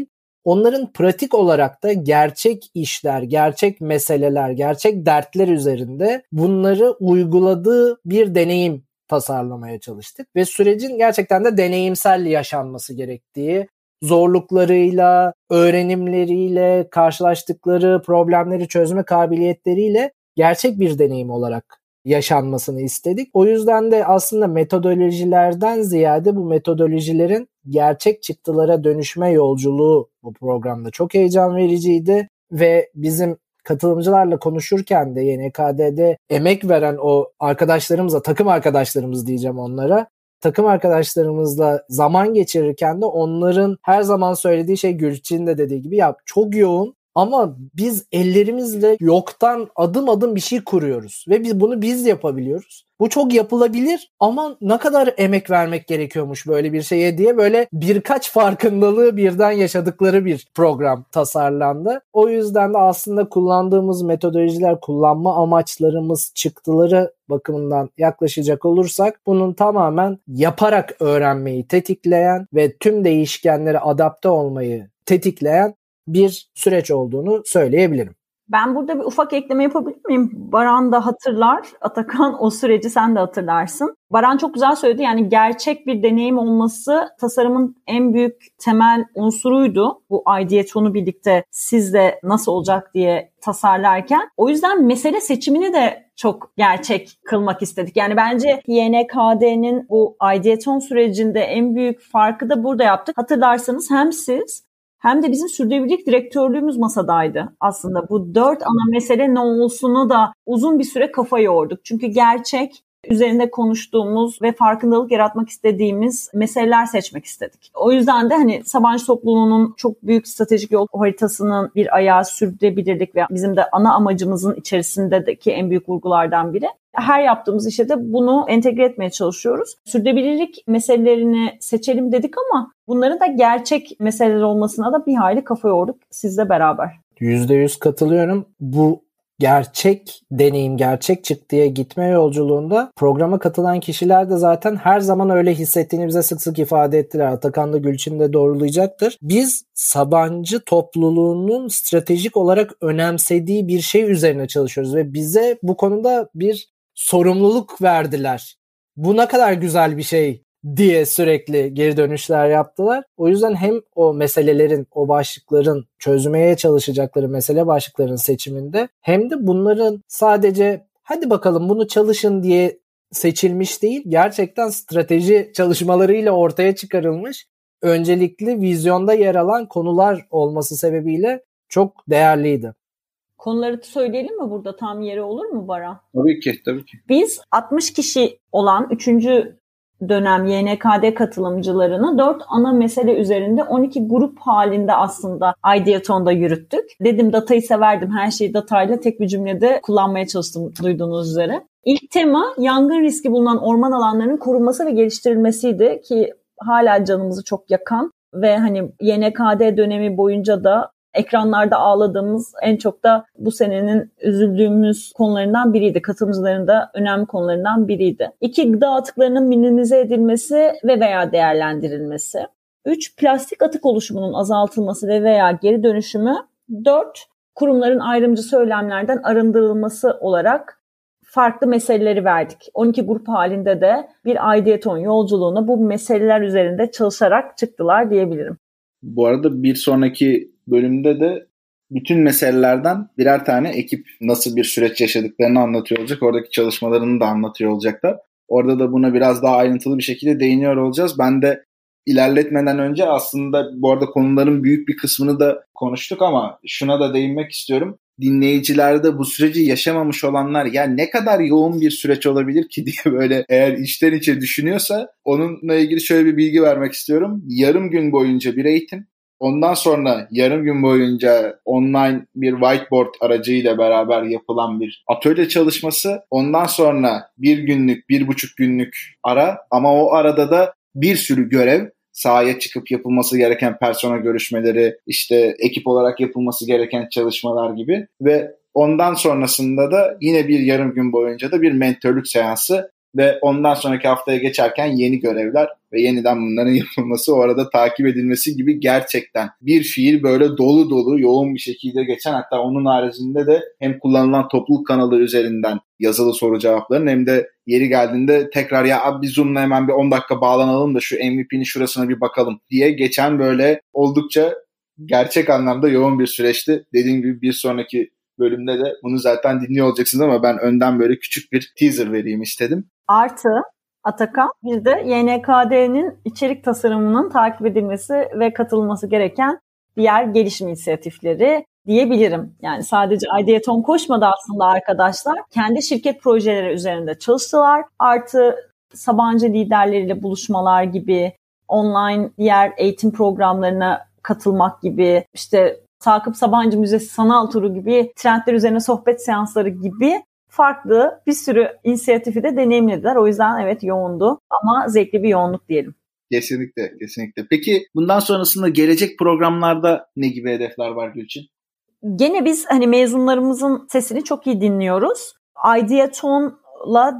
onların pratik olarak da gerçek işler, gerçek meseleler, gerçek dertler üzerinde bunları uyguladığı bir deneyim tasarlamaya çalıştık. Ve sürecin gerçekten de deneyimsel yaşanması gerektiği, zorluklarıyla, öğrenimleriyle, karşılaştıkları problemleri çözme kabiliyetleriyle gerçek bir deneyim olarak yaşanmasını istedik. O yüzden de aslında metodolojilerden ziyade bu metodolojilerin gerçek çıktılara dönüşme yolculuğu bu programda çok heyecan vericiydi ve bizim katılımcılarla konuşurken de YNKD'de emek veren o arkadaşlarımızla, takım arkadaşlarımız diyeceğim onlara, takım arkadaşlarımızla zaman geçirirken de onların her zaman söylediği şey, Gülçin'in de dediği gibi, ya çok yoğun ama biz ellerimizle yoktan adım adım bir şey kuruyoruz ve biz yapabiliyoruz. Bu çok yapılabilir ama ne kadar emek vermek gerekiyormuş böyle bir şeye diye böyle birkaç farkındalığı birden yaşadıkları bir program tasarlandı. O yüzden de aslında kullandığımız metodolojiler, kullanma amaçlarımız, çıktıları bakımından yaklaşacak olursak bunun tamamen yaparak öğrenmeyi tetikleyen ve tüm değişkenlere adapte olmayı tetikleyen bir süreç olduğunu söyleyebilirim. Ben burada bir ufak ekleme yapabilir miyim? Baran da hatırlar, Atakan o süreci sen de hatırlarsın. Baran çok güzel söyledi, yani gerçek bir deneyim olması tasarımın en büyük temel unsuruydu. Bu ideaton'u birlikte sizle nasıl olacak diye tasarlarken. O yüzden mesele seçimini de çok gerçek kılmak istedik. Yani bence YNKD'nin bu ideaton sürecinde en büyük farkı da burada yaptık. Hatırlarsanız hem siz hem de bizim sürdürülebilirlik direktörlüğümüz masadaydı. Aslında bu 4 ana mesele ne olsunu da uzun bir süre kafa yorduk. Çünkü gerçek, üzerinde konuştuğumuz ve farkındalık yaratmak istediğimiz meseleler seçmek istedik. O yüzden de hani Sabancı topluluğunun çok büyük stratejik yol haritasının bir ayağı sürdürülebilirlik ve bizim de ana amacımızın içerisindeki en büyük vurgulardan biri. Her yaptığımız işe de bunu entegre etmeye çalışıyoruz. Sürdürülebilirlik meselelerini seçelim dedik ama bunların da gerçek meseleler olmasına da bir hayli kafa yorduk sizle beraber. %100 katılıyorum. Bu gerçek deneyim, gerçek çıktıya gitme yolculuğunda programa katılan kişiler de zaten her zaman öyle hissettiğini bize sık sık ifade ettiler. Atakan da Gülçin de doğrulayacaktır. Biz Sabancı topluluğunun stratejik olarak önemsediği bir şey üzerine çalışıyoruz ve bize bu konuda bir sorumluluk verdiler. Bu ne kadar güzel bir şey diye sürekli geri dönüşler yaptılar. O yüzden hem o meselelerin, o başlıkların çözmeye çalışacakları mesele başlıklarının seçiminde hem de bunların sadece hadi bakalım bunu çalışın diye seçilmiş değil, gerçekten strateji çalışmalarıyla ortaya çıkarılmış, öncelikli vizyonda yer alan konular olması sebebiyle çok değerliydi. Konuları söyleyelim mi burada, tam yeri olur mu Baran? Tabii ki. Biz 60 kişi olan 3. dönem YNKD katılımcılarını 4 ana mesele üzerinde 12 grup halinde aslında Ideaton'da yürüttük. Dedim datayı severdim. Her şeyi datayla tek bir cümlede kullanmaya çalıştım duyduğunuz üzere. İlk tema yangın riski bulunan orman alanlarının korunması ve geliştirilmesiydi ki hala canımızı çok yakan ve hani YNKD dönemi boyunca da ekranlarda ağladığımız, en çok da bu senenin üzüldüğümüz konularından biriydi. Katılımcıların da önemli konularından biriydi. 2. Gıda atıklarının minimize edilmesi ve veya değerlendirilmesi. 3. Plastik atık oluşumunun azaltılması ve veya geri dönüşümü. 4. Kurumların ayrımcı söylemlerden arındırılması olarak farklı meseleleri verdik. 12 grup halinde de bir Ideaton yolculuğuna bu meseleler üzerinde çalışarak çıktılar diyebilirim. Bu arada bir sonraki bölümde de bütün meselelerden birer tane ekip nasıl bir süreç yaşadıklarını anlatıyor olacak. Oradaki çalışmalarını da anlatıyor olacaklar. Orada da buna biraz daha ayrıntılı bir şekilde değiniyor olacağız. Ben de ilerletmeden önce aslında bu arada konuların büyük bir kısmını da konuştuk ama şuna da değinmek istiyorum. Dinleyicilerde bu süreci yaşamamış olanlar ya ne kadar yoğun bir süreç olabilir ki diye böyle eğer içten içe düşünüyorsa onunla ilgili şöyle bir bilgi vermek istiyorum. Yarım gün boyunca bir eğitim. Ondan sonra yarım gün boyunca online bir whiteboard aracıyla beraber yapılan bir atölye çalışması. Ondan sonra 1 günlük, 1,5 günlük ara ama o arada da bir sürü görev, sahaya çıkıp yapılması gereken personel görüşmeleri, işte ekip olarak yapılması gereken çalışmalar gibi ve ondan sonrasında da yine bir yarım gün boyunca da bir mentörlük seansı ve ondan sonraki haftaya geçerken yeni görevler ve yeniden bunların yapılması, o arada takip edilmesi gibi gerçekten bir fiil böyle dolu dolu yoğun bir şekilde geçen, hatta onun haricinde de hem kullanılan topluluk kanalı üzerinden yazılı soru cevapların hem de yeri geldiğinde tekrar ya abi bir Zoom'la hemen bir 10 dakika bağlanalım da şu MVP'nin şurasına bir bakalım diye geçen böyle oldukça gerçek anlamda yoğun bir süreçti. Dediğim gibi bir sonraki bölümde de bunu zaten dinliyor olacaksınız ama ben önden böyle küçük bir teaser vereyim istedim. Artı Atakan, bir de YNKD'nin içerik tasarımının takip edilmesi ve katılması gereken diğer gelişim inisiyatifleri diyebilirim. Yani sadece Ideaton koşmadı aslında arkadaşlar. Kendi şirket projeleri üzerinde çalıştılar. Artı Sabancı liderleriyle buluşmalar gibi, online diğer eğitim programlarına katılmak gibi, işte Sakıp Sabancı Müzesi sanal turu gibi, trendler üzerine sohbet seansları gibi farklı bir sürü inisiyatifi de deneyimlediler. O yüzden evet yoğundu ama zevkli bir yoğunluk diyelim. Kesinlikle, kesinlikle. Peki bundan sonrasında gelecek programlarda ne gibi hedefler var Gülçin? Gene biz hani mezunlarımızın sesini çok iyi dinliyoruz. Ideaton'la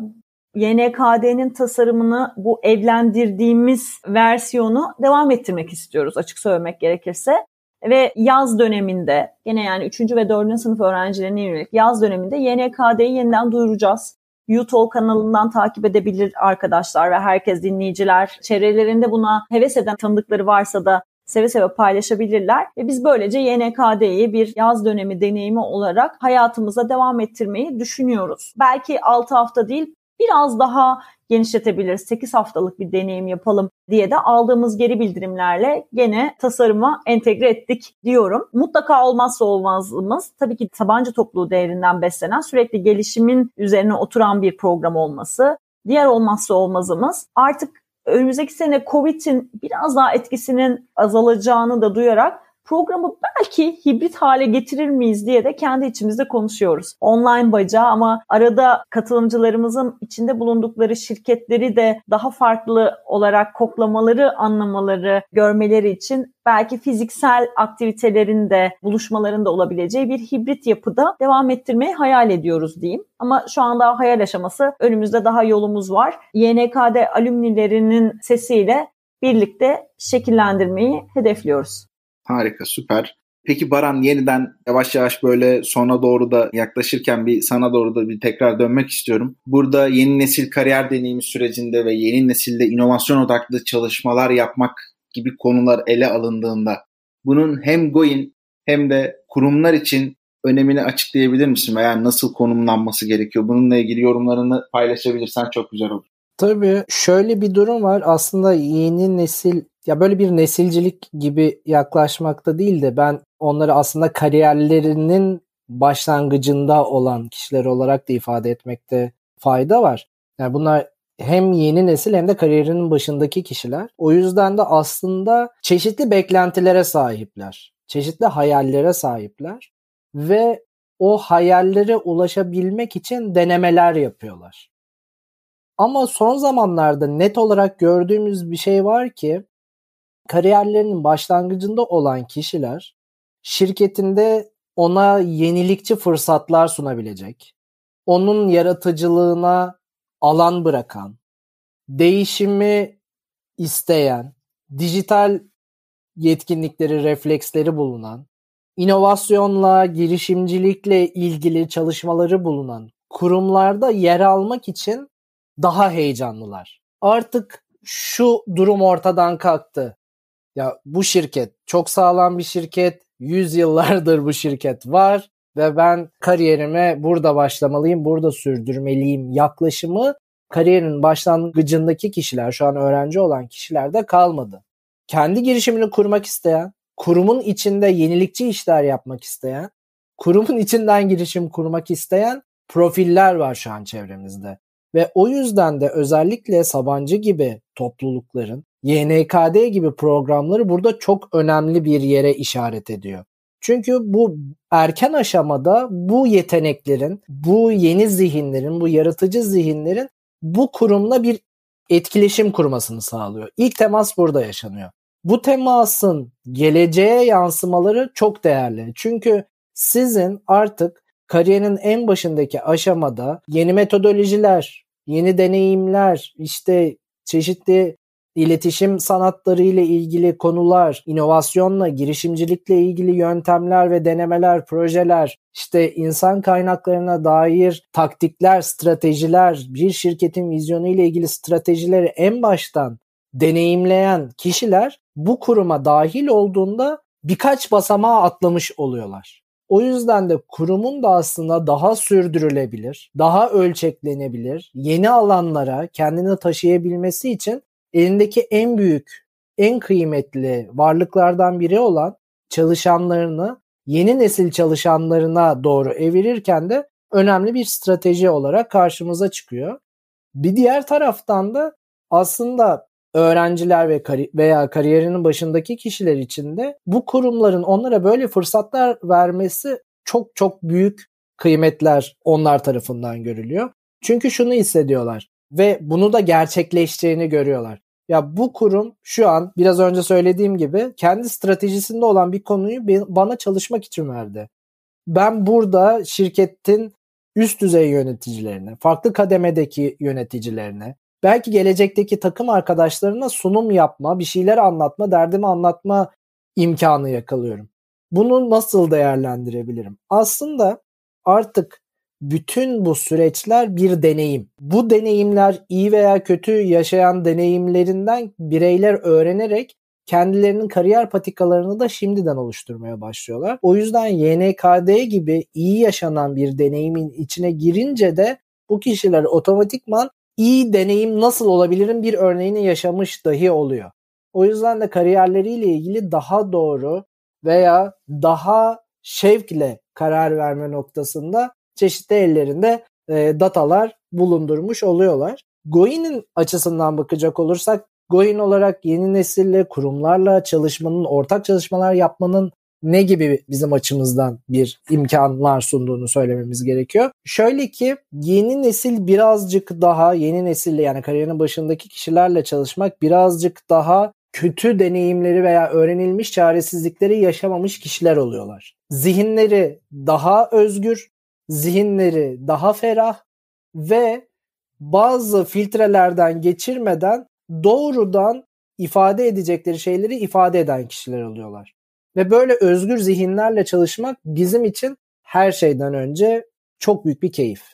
YNKD'nin tasarımını, bu evlendirdiğimiz versiyonu devam ettirmek istiyoruz açık söylemek gerekirse. Ve yaz döneminde, gene yani 3. ve 4. sınıf öğrencilerine yönelik yaz döneminde YNKD'yi yeniden duyuracağız. YouTube kanalından takip edebilir arkadaşlar ve herkes, dinleyiciler, çevrelerinde buna heves eden tanıdıkları varsa da seve seve paylaşabilirler. Ve biz böylece YNKD'yi bir yaz dönemi deneyimi olarak hayatımıza devam ettirmeyi düşünüyoruz. Belki 6 hafta değil, biraz daha genişletebiliriz. 8 haftalık bir deneyim yapalım diye de aldığımız geri bildirimlerle gene tasarıma entegre ettik diyorum. Mutlaka olmazsa olmazımız tabii ki Sabancı topluluğu değerinden beslenen, sürekli gelişimin üzerine oturan bir program olması. Diğer olmazsa olmazımız artık önümüzdeki sene Covid'in biraz daha etkisinin azalacağını da duyarak programı belki hibrit hale getirir miyiz diye de kendi içimizde konuşuyoruz. Online bacağı ama arada katılımcılarımızın içinde bulundukları şirketleri de daha farklı olarak koklamaları, anlamaları, görmeleri için belki fiziksel aktivitelerin de, buluşmaların da olabileceği bir hibrit yapıda devam ettirmeyi hayal ediyoruz diyeyim. Ama şu anda hayal aşaması, önümüzde daha yolumuz var. YNKD alümnilerinin sesiyle birlikte şekillendirmeyi hedefliyoruz. Harika, süper. Peki Baran, yeniden yavaş yavaş böyle sona doğru da yaklaşırken bir sana doğru da bir tekrar dönmek istiyorum. Burada yeni nesil kariyer deneyimi sürecinde ve yeni nesilde inovasyon odaklı çalışmalar yapmak gibi konular ele alındığında bunun hem GOİ'nin hem de kurumlar için önemini açıklayabilir misin veya nasıl konumlanması gerekiyor? Bununla ilgili yorumlarını paylaşabilirsen çok güzel olur. Tabii şöyle bir durum var. Aslında yeni nesil, ya böyle bir nesilcilik gibi yaklaşmakta değil de ben onları aslında kariyerlerinin başlangıcında olan kişiler olarak da ifade etmekte fayda var. Yani bunlar hem yeni nesil hem de kariyerinin başındaki kişiler. O yüzden de aslında çeşitli beklentilere sahipler. Çeşitli hayallere sahipler ve o hayallere ulaşabilmek için denemeler yapıyorlar. Ama son zamanlarda net olarak gördüğümüz bir şey var ki kariyerlerinin başlangıcında olan kişiler şirketinde ona yenilikçi fırsatlar sunabilecek, onun yaratıcılığına alan bırakan, değişimi isteyen, dijital yetkinlikleri, refleksleri bulunan, inovasyonla, girişimcilikle ilgili çalışmaları bulunan kurumlarda yer almak için daha heyecanlılar. Artık şu durum ortadan kalktı. Ya bu şirket çok sağlam bir şirket, 100 yıllardır bu şirket var ve ben kariyerime burada başlamalıyım, burada sürdürmeliyim yaklaşımı kariyerin başlangıcındaki kişiler, şu an öğrenci olan kişilerde kalmadı. Kendi girişimini kurmak isteyen, kurumun içinde yenilikçi işler yapmak isteyen, kurumun içinden girişim kurmak isteyen profiller var şu an çevremizde. Ve o yüzden de özellikle Sabancı gibi toplulukların, YNKD gibi programları burada çok önemli bir yere işaret ediyor. Çünkü bu erken aşamada bu yeteneklerin, bu yeni zihinlerin, bu yaratıcı zihinlerin bu kurumla bir etkileşim kurmasını sağlıyor. İlk temas burada yaşanıyor. Bu temasın geleceğe yansımaları çok değerli. Çünkü sizin artık kariyerin en başındaki aşamada yeni metodolojiler, yeni deneyimler, işte çeşitli iletişim sanatları ile ilgili konular, inovasyonla, girişimcilikle ilgili yöntemler ve denemeler, projeler, işte insan kaynaklarına dair taktikler, stratejiler, bir şirketin vizyonu ile ilgili stratejileri en baştan deneyimleyen kişiler bu kuruma dahil olduğunda birkaç basamağı atlamış oluyorlar. O yüzden de kurumun da aslında daha sürdürülebilir, daha ölçeklenebilir, yeni alanlara kendini taşıyabilmesi için elindeki en büyük, en kıymetli varlıklardan biri olan çalışanlarını yeni nesil çalışanlarına doğru evirirken de önemli bir strateji olarak karşımıza çıkıyor. Bir diğer taraftan da aslında öğrenciler veya kariyerinin başındaki kişiler için de bu kurumların onlara böyle fırsatlar vermesi çok çok büyük kıymetler onlar tarafından görülüyor. Çünkü şunu hissediyorlar ve bunu da gerçekleşeceğini görüyorlar. Ya bu kurum şu an biraz önce söylediğim gibi kendi stratejisinde olan bir konuyu bana çalışmak için verdi. Ben burada şirketin üst düzey yöneticilerine, farklı kademedeki yöneticilerine, belki gelecekteki takım arkadaşlarına sunum yapma, bir şeyler anlatma, derdimi anlatma imkanı yakalıyorum. Bunu nasıl değerlendirebilirim? Aslında artık bütün bu süreçler bir deneyim. Bu deneyimler iyi veya kötü yaşayan deneyimlerinden bireyler öğrenerek kendilerinin kariyer patikalarını da şimdiden oluşturmaya başlıyorlar. O yüzden YNKD gibi iyi yaşanan bir deneyimin içine girince de bu kişiler otomatikman iyi deneyim nasıl olabilirin bir örneğini yaşamış dahi oluyor. O yüzden de kariyerleriyle ilgili daha doğru veya daha şevkle karar verme noktasında çeşitli ellerinde datalar bulundurmuş oluyorlar. Goin'in açısından bakacak olursak, Goin olarak yeni nesille, kurumlarla çalışmanın, ortak çalışmalar yapmanın ne gibi bizim açımızdan bir imkanlar sunduğunu söylememiz gerekiyor. Şöyle ki yeni nesil birazcık daha, yeni nesille yani kariyerin başındaki kişilerle çalışmak birazcık daha kötü deneyimleri veya öğrenilmiş çaresizlikleri yaşamamış kişiler oluyorlar. Zihinleri daha özgür, zihinleri daha ferah ve bazı filtrelerden geçirmeden doğrudan ifade edecekleri şeyleri ifade eden kişiler oluyorlar. Ve böyle özgür zihinlerle çalışmak bizim için her şeyden önce çok büyük bir keyif.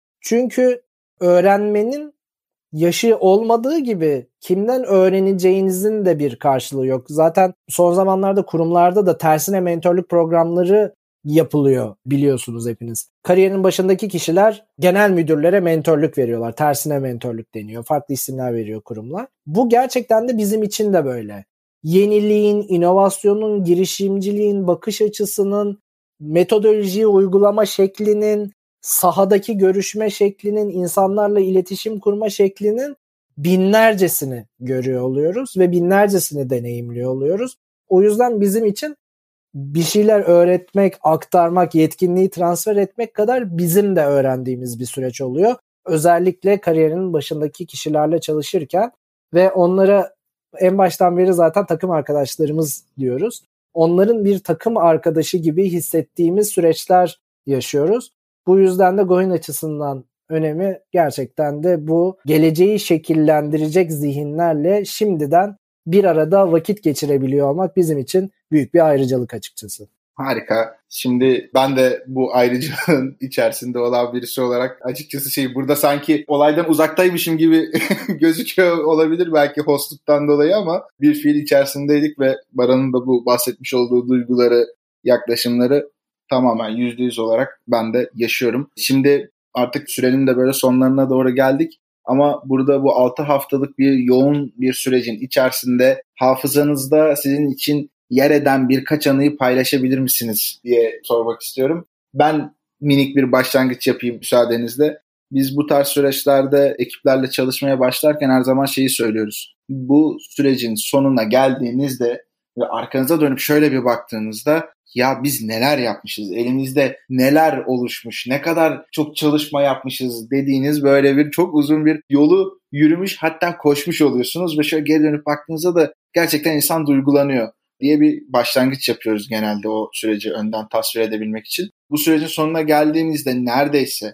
Çünkü öğrenmenin yaşı olmadığı gibi kimden öğreneceğinizin de bir karşılığı yok. Zaten son zamanlarda kurumlarda da tersine mentörlük programları yapılıyor biliyorsunuz hepiniz. Kariyerin başındaki kişiler genel müdürlere mentörlük veriyorlar. Tersine mentörlük deniyor. Farklı isimler veriyor kurumlar. Bu gerçekten de bizim için de böyle. Yeniliğin, inovasyonun, girişimciliğin, bakış açısının, metodolojiyi uygulama şeklinin, sahadaki görüşme şeklinin, insanlarla iletişim kurma şeklinin binlercesini görüyor oluyoruz ve binlercesini deneyimliyor oluyoruz. O yüzden bizim için bir şeyler öğretmek, aktarmak, yetkinliği transfer etmek kadar bizim de öğrendiğimiz bir süreç oluyor. Özellikle kariyerinin başındaki kişilerle çalışırken ve onlara en baştan beri zaten takım arkadaşlarımız diyoruz. Onların bir takım arkadaşı gibi hissettiğimiz süreçler yaşıyoruz. Bu yüzden de Goin açısından önemi gerçekten de bu geleceği şekillendirecek zihinlerle şimdiden bir arada vakit geçirebiliyor olmak bizim için büyük bir ayrıcalık açıkçası. Harika. Şimdi ben de bu ayrıcalığın içerisinde olan birisi olarak açıkçası burada sanki olaydan uzaktaymışım gibi gözüküyor olabilir belki hostluktan dolayı ama bir fiil içerisindeydik ve Baran'ın da bu bahsetmiş olduğu duyguları, yaklaşımları tamamen %100 olarak ben de yaşıyorum. Şimdi artık sürenin de böyle sonlarına doğru geldik. Ama burada bu 6 haftalık bir yoğun bir sürecin içerisinde hafızanızda sizin için yer eden birkaç anıyı paylaşabilir misiniz diye sormak istiyorum. Ben minik bir başlangıç yapayım müsaadenizle. Biz bu tarz süreçlerde ekiplerle çalışmaya başlarken her zaman şeyi söylüyoruz. Bu sürecin sonuna geldiğinizde ve arkanıza dönüp şöyle bir baktığınızda ya biz neler yapmışız, elimizde neler oluşmuş, ne kadar çok çalışma yapmışız dediğiniz böyle bir çok uzun bir yolu yürümüş hatta koşmuş oluyorsunuz ve şöyle geri dönüp baktığınızda da gerçekten insan duygulanıyor diye bir başlangıç yapıyoruz genelde o süreci önden tasvir edebilmek için. Bu sürecin sonuna geldiğimizde neredeyse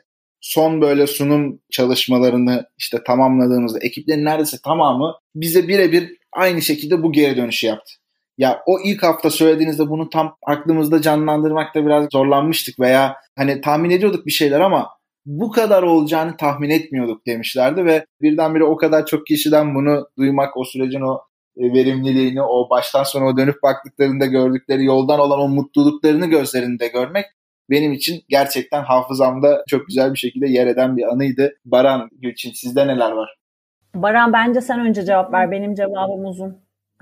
son böyle sunum çalışmalarını işte tamamladığımızda ekiplerin neredeyse tamamı bize birebir aynı şekilde bu geri dönüşü yaptı. Ya o ilk hafta söylediğinizde bunu tam aklımızda canlandırmakta biraz zorlanmıştık veya hani tahmin ediyorduk bir şeyler ama bu kadar olacağını tahmin etmiyorduk demişlerdi ve birdenbire o kadar çok kişiden bunu duymak, o sürecin o verimliliğini, o baştan sona o dönüp baktıklarında gördükleri yoldan olan o mutluluklarını gözlerinde görmek benim için gerçekten hafızamda çok güzel bir şekilde yer eden bir anıydı. Baran, Gülçin, sizde neler var? Baran, bence sen önce cevap ver. Benim cevabım uzun.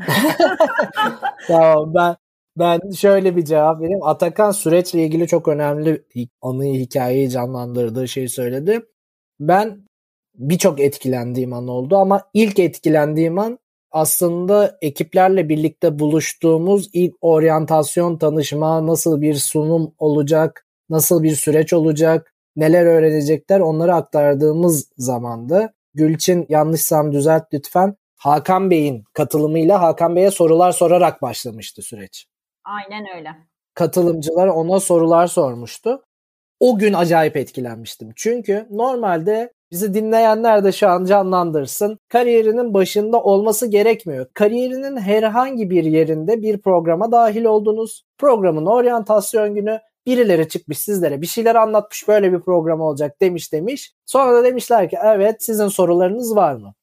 Tamam, ben şöyle bir cevap vereyim. Atakan süreçle ilgili çok önemli anıyı, hikayeyi canlandırdığı şeyi söyledi. Ben birçok etkilendiğim an oldu ama ilk etkilendiğim an aslında ekiplerle birlikte buluştuğumuz ilk oryantasyon, tanışma, nasıl bir sunum olacak, nasıl bir süreç olacak, neler öğrenecekler, onları aktardığımız zamandı. Gülçin, yanlışsam düzelt lütfen. Hakan Bey'in katılımıyla Hakan Bey'e sorular sorarak başlamıştı süreç. Aynen öyle. Katılımcılar ona sorular sormuştu. O gün acayip etkilenmiştim. Çünkü normalde bizi dinleyenler de şu an canlandırsın. Kariyerinin başında olması gerekmiyor. Kariyerinin herhangi bir yerinde bir programa dahil oldunuz. Programın oryantasyon günü birileri çıkmış sizlere bir şeyler anlatmış, böyle bir program olacak demiş. Sonra da demişler ki evet, sizin sorularınız var mı?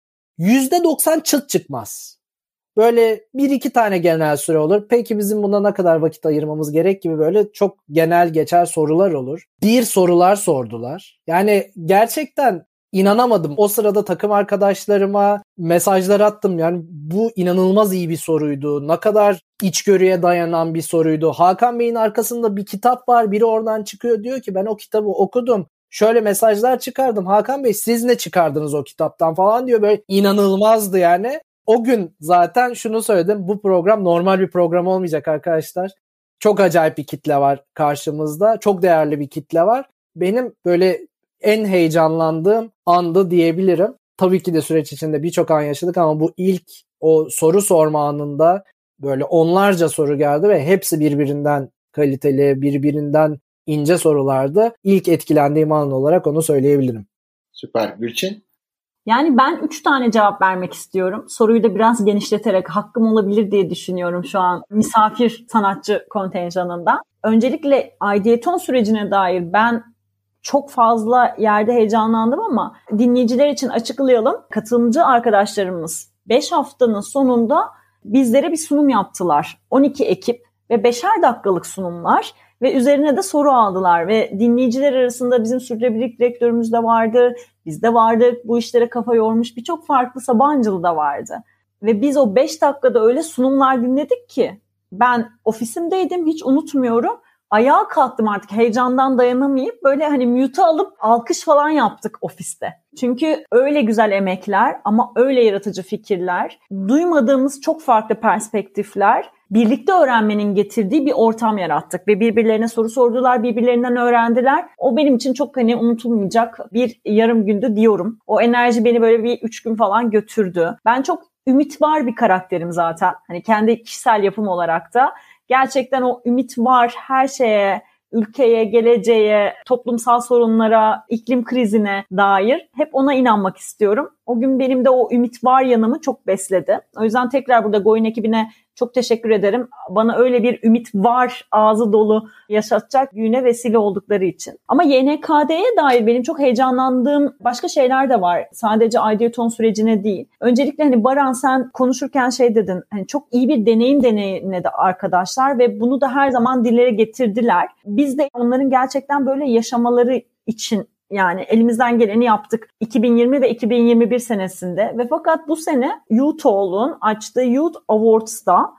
%90 çıt çıkmaz. Böyle 1-2 tane genel süre olur. Peki bizim buna ne kadar vakit ayırmamız gerek gibi böyle çok genel geçer sorular olur. Bir sorular sordular. Yani gerçekten inanamadım. O sırada takım arkadaşlarıma mesajlar attım. Yani bu inanılmaz iyi bir soruydu. Ne kadar içgörüye dayanan bir soruydu. Hakan Bey'in arkasında bir kitap var. Biri oradan çıkıyor, diyor ki ben o kitabı okudum. Şöyle mesajlar çıkardım. Hakan Bey, siz ne çıkardınız o kitaptan falan diyor. Böyle inanılmazdı yani. O gün zaten şunu söyledim. Bu program normal bir program olmayacak arkadaşlar. Çok acayip bir kitle var karşımızda. Çok değerli bir kitle var. Benim böyle en heyecanlandığım andı diyebilirim. Tabii ki de süreç içinde birçok an yaşadık ama bu ilk o soru sorma anında böyle onlarca soru geldi ve hepsi birbirinden kaliteli, birbirinden ince sorulardı. İlk etkilendiğim an olarak onu söyleyebilirim. Süper. Gülçin? Yani ben 3 tane cevap vermek istiyorum. Soruyu da biraz genişleterek hakkım olabilir diye düşünüyorum şu an misafir sanatçı kontenjanında. Öncelikle Ideaton sürecine dair ben çok fazla yerde heyecanlandım ama dinleyiciler için açıklayalım. Katılımcı arkadaşlarımız 5 haftanın sonunda bizlere bir sunum yaptılar. 12 ekip ve 5'er dakikalık sunumlar. Ve üzerine de soru aldılar ve dinleyiciler arasında bizim sürdürülebilirlik direktörümüz de vardı, biz de vardık, bu işlere kafa yormuş birçok farklı Sabancılı da vardı. Ve biz o 5 dakikada öyle sunumlar dinledik ki ben ofisimdeydim, hiç unutmuyorum. Ayağa kalktım artık heyecandan dayanamayıp böyle hani mute'u alıp alkış falan yaptık ofiste. Çünkü öyle güzel emekler ama öyle yaratıcı fikirler, duymadığımız çok farklı perspektifler, birlikte öğrenmenin getirdiği bir ortam yarattık ve birbirlerine soru sordular, birbirlerinden öğrendiler. O benim için çok hani unutulmayacak bir yarım gündü diyorum. O enerji beni böyle bir 3 gün falan götürdü. Ben çok ümit var bir karakterim zaten. Hani kendi kişisel yapım olarak da. Gerçekten o ümit var her şeye, ülkeye, geleceğe, toplumsal sorunlara, iklim krizine dair hep ona inanmak istiyorum. O gün benim de o ümit var yanımı çok besledi. O yüzden tekrar burada Goyun ekibine çok teşekkür ederim. Bana öyle bir ümit var, ağzı dolu yaşatacak güne vesile oldukları için. Ama YNKD'ye dair benim çok heyecanlandığım başka şeyler de var. Sadece Ideaton sürecine değil. Öncelikle hani Baran sen konuşurken şey dedin. Hani çok iyi bir deneyim deneyimledi arkadaşlar ve bunu da her zaman dillere getirdiler. Biz de onların gerçekten böyle yaşamaları için yani elimizden geleni yaptık 2020 ve 2021 senesinde ve fakat bu sene YouTool'un açtığı Youth Awards'da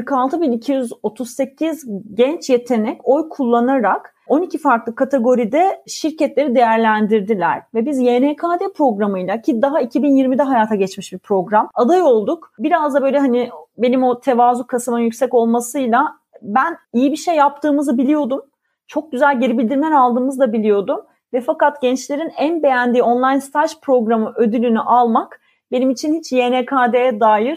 46.238 genç yetenek oy kullanarak 12 farklı kategoride şirketleri değerlendirdiler. Ve biz YNKD programıyla ki daha 2020'de hayata geçmiş bir program aday olduk. Biraz da böyle hani benim o tevazu kasımın yüksek olmasıyla ben iyi bir şey yaptığımızı biliyordum. Çok güzel geri bildirimler aldığımızı da biliyordum. Ve fakat gençlerin en beğendiği online staj programı ödülünü almak benim için hiç YNKD'ye dair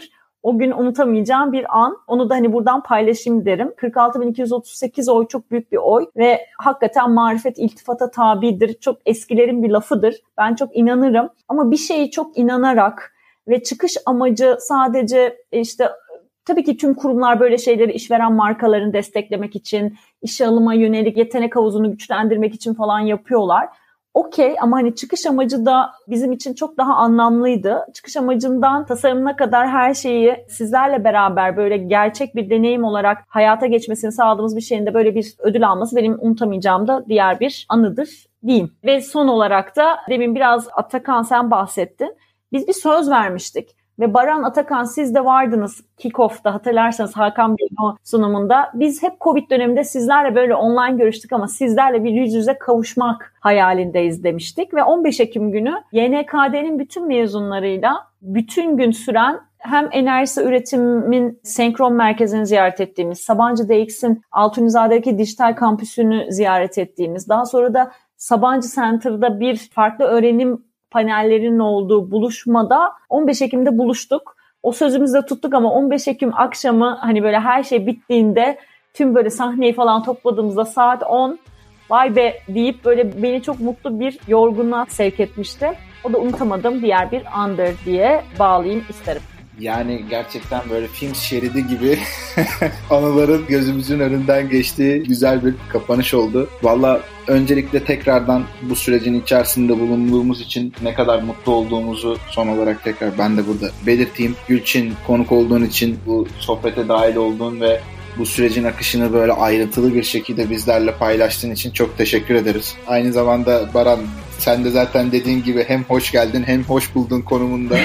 O gün unutamayacağım bir an. Onu da hani buradan paylaşayım derim. 46.238 oy çok büyük bir oy ve hakikaten marifet iltifata tabidir. Çok eskilerin bir lafıdır. Ben çok inanırım. Ama bir şeyi çok inanarak ve çıkış amacı sadece işte tabii ki tüm kurumlar böyle şeyleri işveren markalarını desteklemek için, işe alıma yönelik yetenek havuzunu güçlendirmek için falan yapıyorlar. Okey, ama hani çıkış amacı da bizim için çok daha anlamlıydı. Çıkış amacından tasarımına kadar her şeyi sizlerle beraber böyle gerçek bir deneyim olarak hayata geçmesini sağladığımız bir şeyin de böyle bir ödül alması benim unutamayacağım da diğer bir anıdır diyeyim. Ve son olarak da demin biraz Atakan sen bahsettin. Biz bir söz vermiştik. Ve Baran, Atakan siz de vardınız Kick-Off'ta, hatırlarsanız Hakan Bey'in o sunumunda. Biz hep Covid döneminde sizlerle böyle online görüştük ama sizlerle bir yüz yüze kavuşmak hayalindeyiz demiştik. Ve 15 Ekim günü YNKD'nin bütün mezunlarıyla bütün gün süren hem Enerjisa Üretim'in senkron merkezini ziyaret ettiğimiz, Sabancı DX'in Altunizade'deki dijital kampüsünü ziyaret ettiğimiz, daha sonra da Sabancı Center'da bir farklı öğrenim panellerin olduğu buluşmada 15 Ekim'de buluştuk. O sözümüzü de tuttuk ama 15 Ekim akşamı hani böyle her şey bittiğinde tüm böyle sahneyi falan topladığımızda saat 10 vay be deyip böyle beni çok mutlu bir yorgunluğa sevk etmişti. O da unutamadığım diğer bir andır diye bağlayayım isterim. Yani gerçekten böyle film şeridi gibi anıların gözümüzün önünden geçtiği güzel bir kapanış oldu. Valla öncelikle tekrardan bu sürecin içerisinde bulunduğumuz için ne kadar mutlu olduğumuzu son olarak tekrar ben de burada belirteyim. Gülçin, konuk olduğun için, bu sohbete dahil olduğun ve bu sürecin akışını böyle ayrıntılı bir şekilde bizlerle paylaştığın için çok teşekkür ederiz. Aynı zamanda Baran, sen de zaten dediğin gibi hem hoş geldin hem hoş buldun konumunda.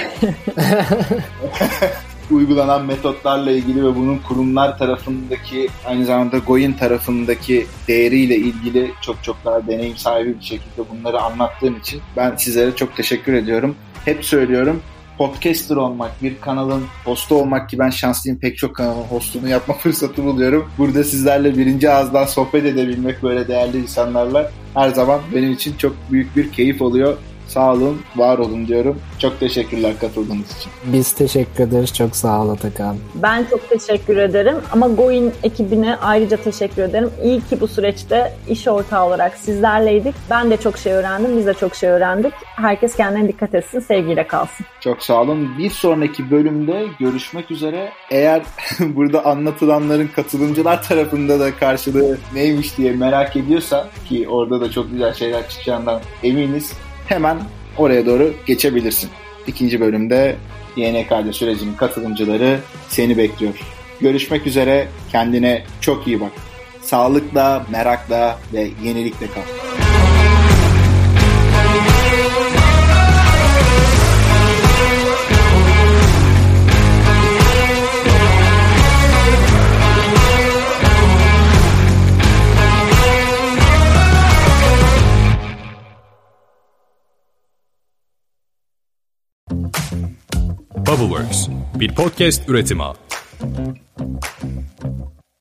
Uygulanan metotlarla ilgili ve bunun kurumlar tarafındaki, aynı zamanda GOİ'nin tarafındaki değeriyle ilgili çok daha deneyim sahibi bir şekilde bunları anlattığın için ben sizlere çok teşekkür ediyorum. Hep söylüyorum, podcaster olmak, bir kanalın hostu olmak ki ben şanslıyım, pek çok kanalın hostunu yapma fırsatı buluyorum. Burada sizlerle birinci ağızdan sohbet edebilmek böyle değerli insanlarla her zaman benim için çok büyük bir keyif oluyor. Sağ olun, var olun diyorum. Çok teşekkürler katıldığınız için. Biz teşekkür ederiz. Çok sağ ol Atakan. Ben çok teşekkür ederim. Ama GOİ'nin ekibine ayrıca teşekkür ederim. İyi ki bu süreçte iş ortağı olarak sizlerleydik. Ben de çok şey öğrendim. Biz de çok şey öğrendik. Herkes kendine dikkat etsin. Sevgiyle kalsın. Çok sağ olun. Bir sonraki bölümde görüşmek üzere. Eğer burada anlatılanların katılımcılar tarafında da karşılığı neymiş diye merak ediyorsan, ki orada da çok güzel şeyler çıkacağından eminiz, hemen oraya doğru geçebilirsin. İkinci bölümde YNKD sürecinin katılımcıları seni bekliyor. Görüşmek üzere. Kendine çok iyi bak. Sağlıkla, merakla ve yenilikle kal. Bubbleworks, bir podcast üretimi.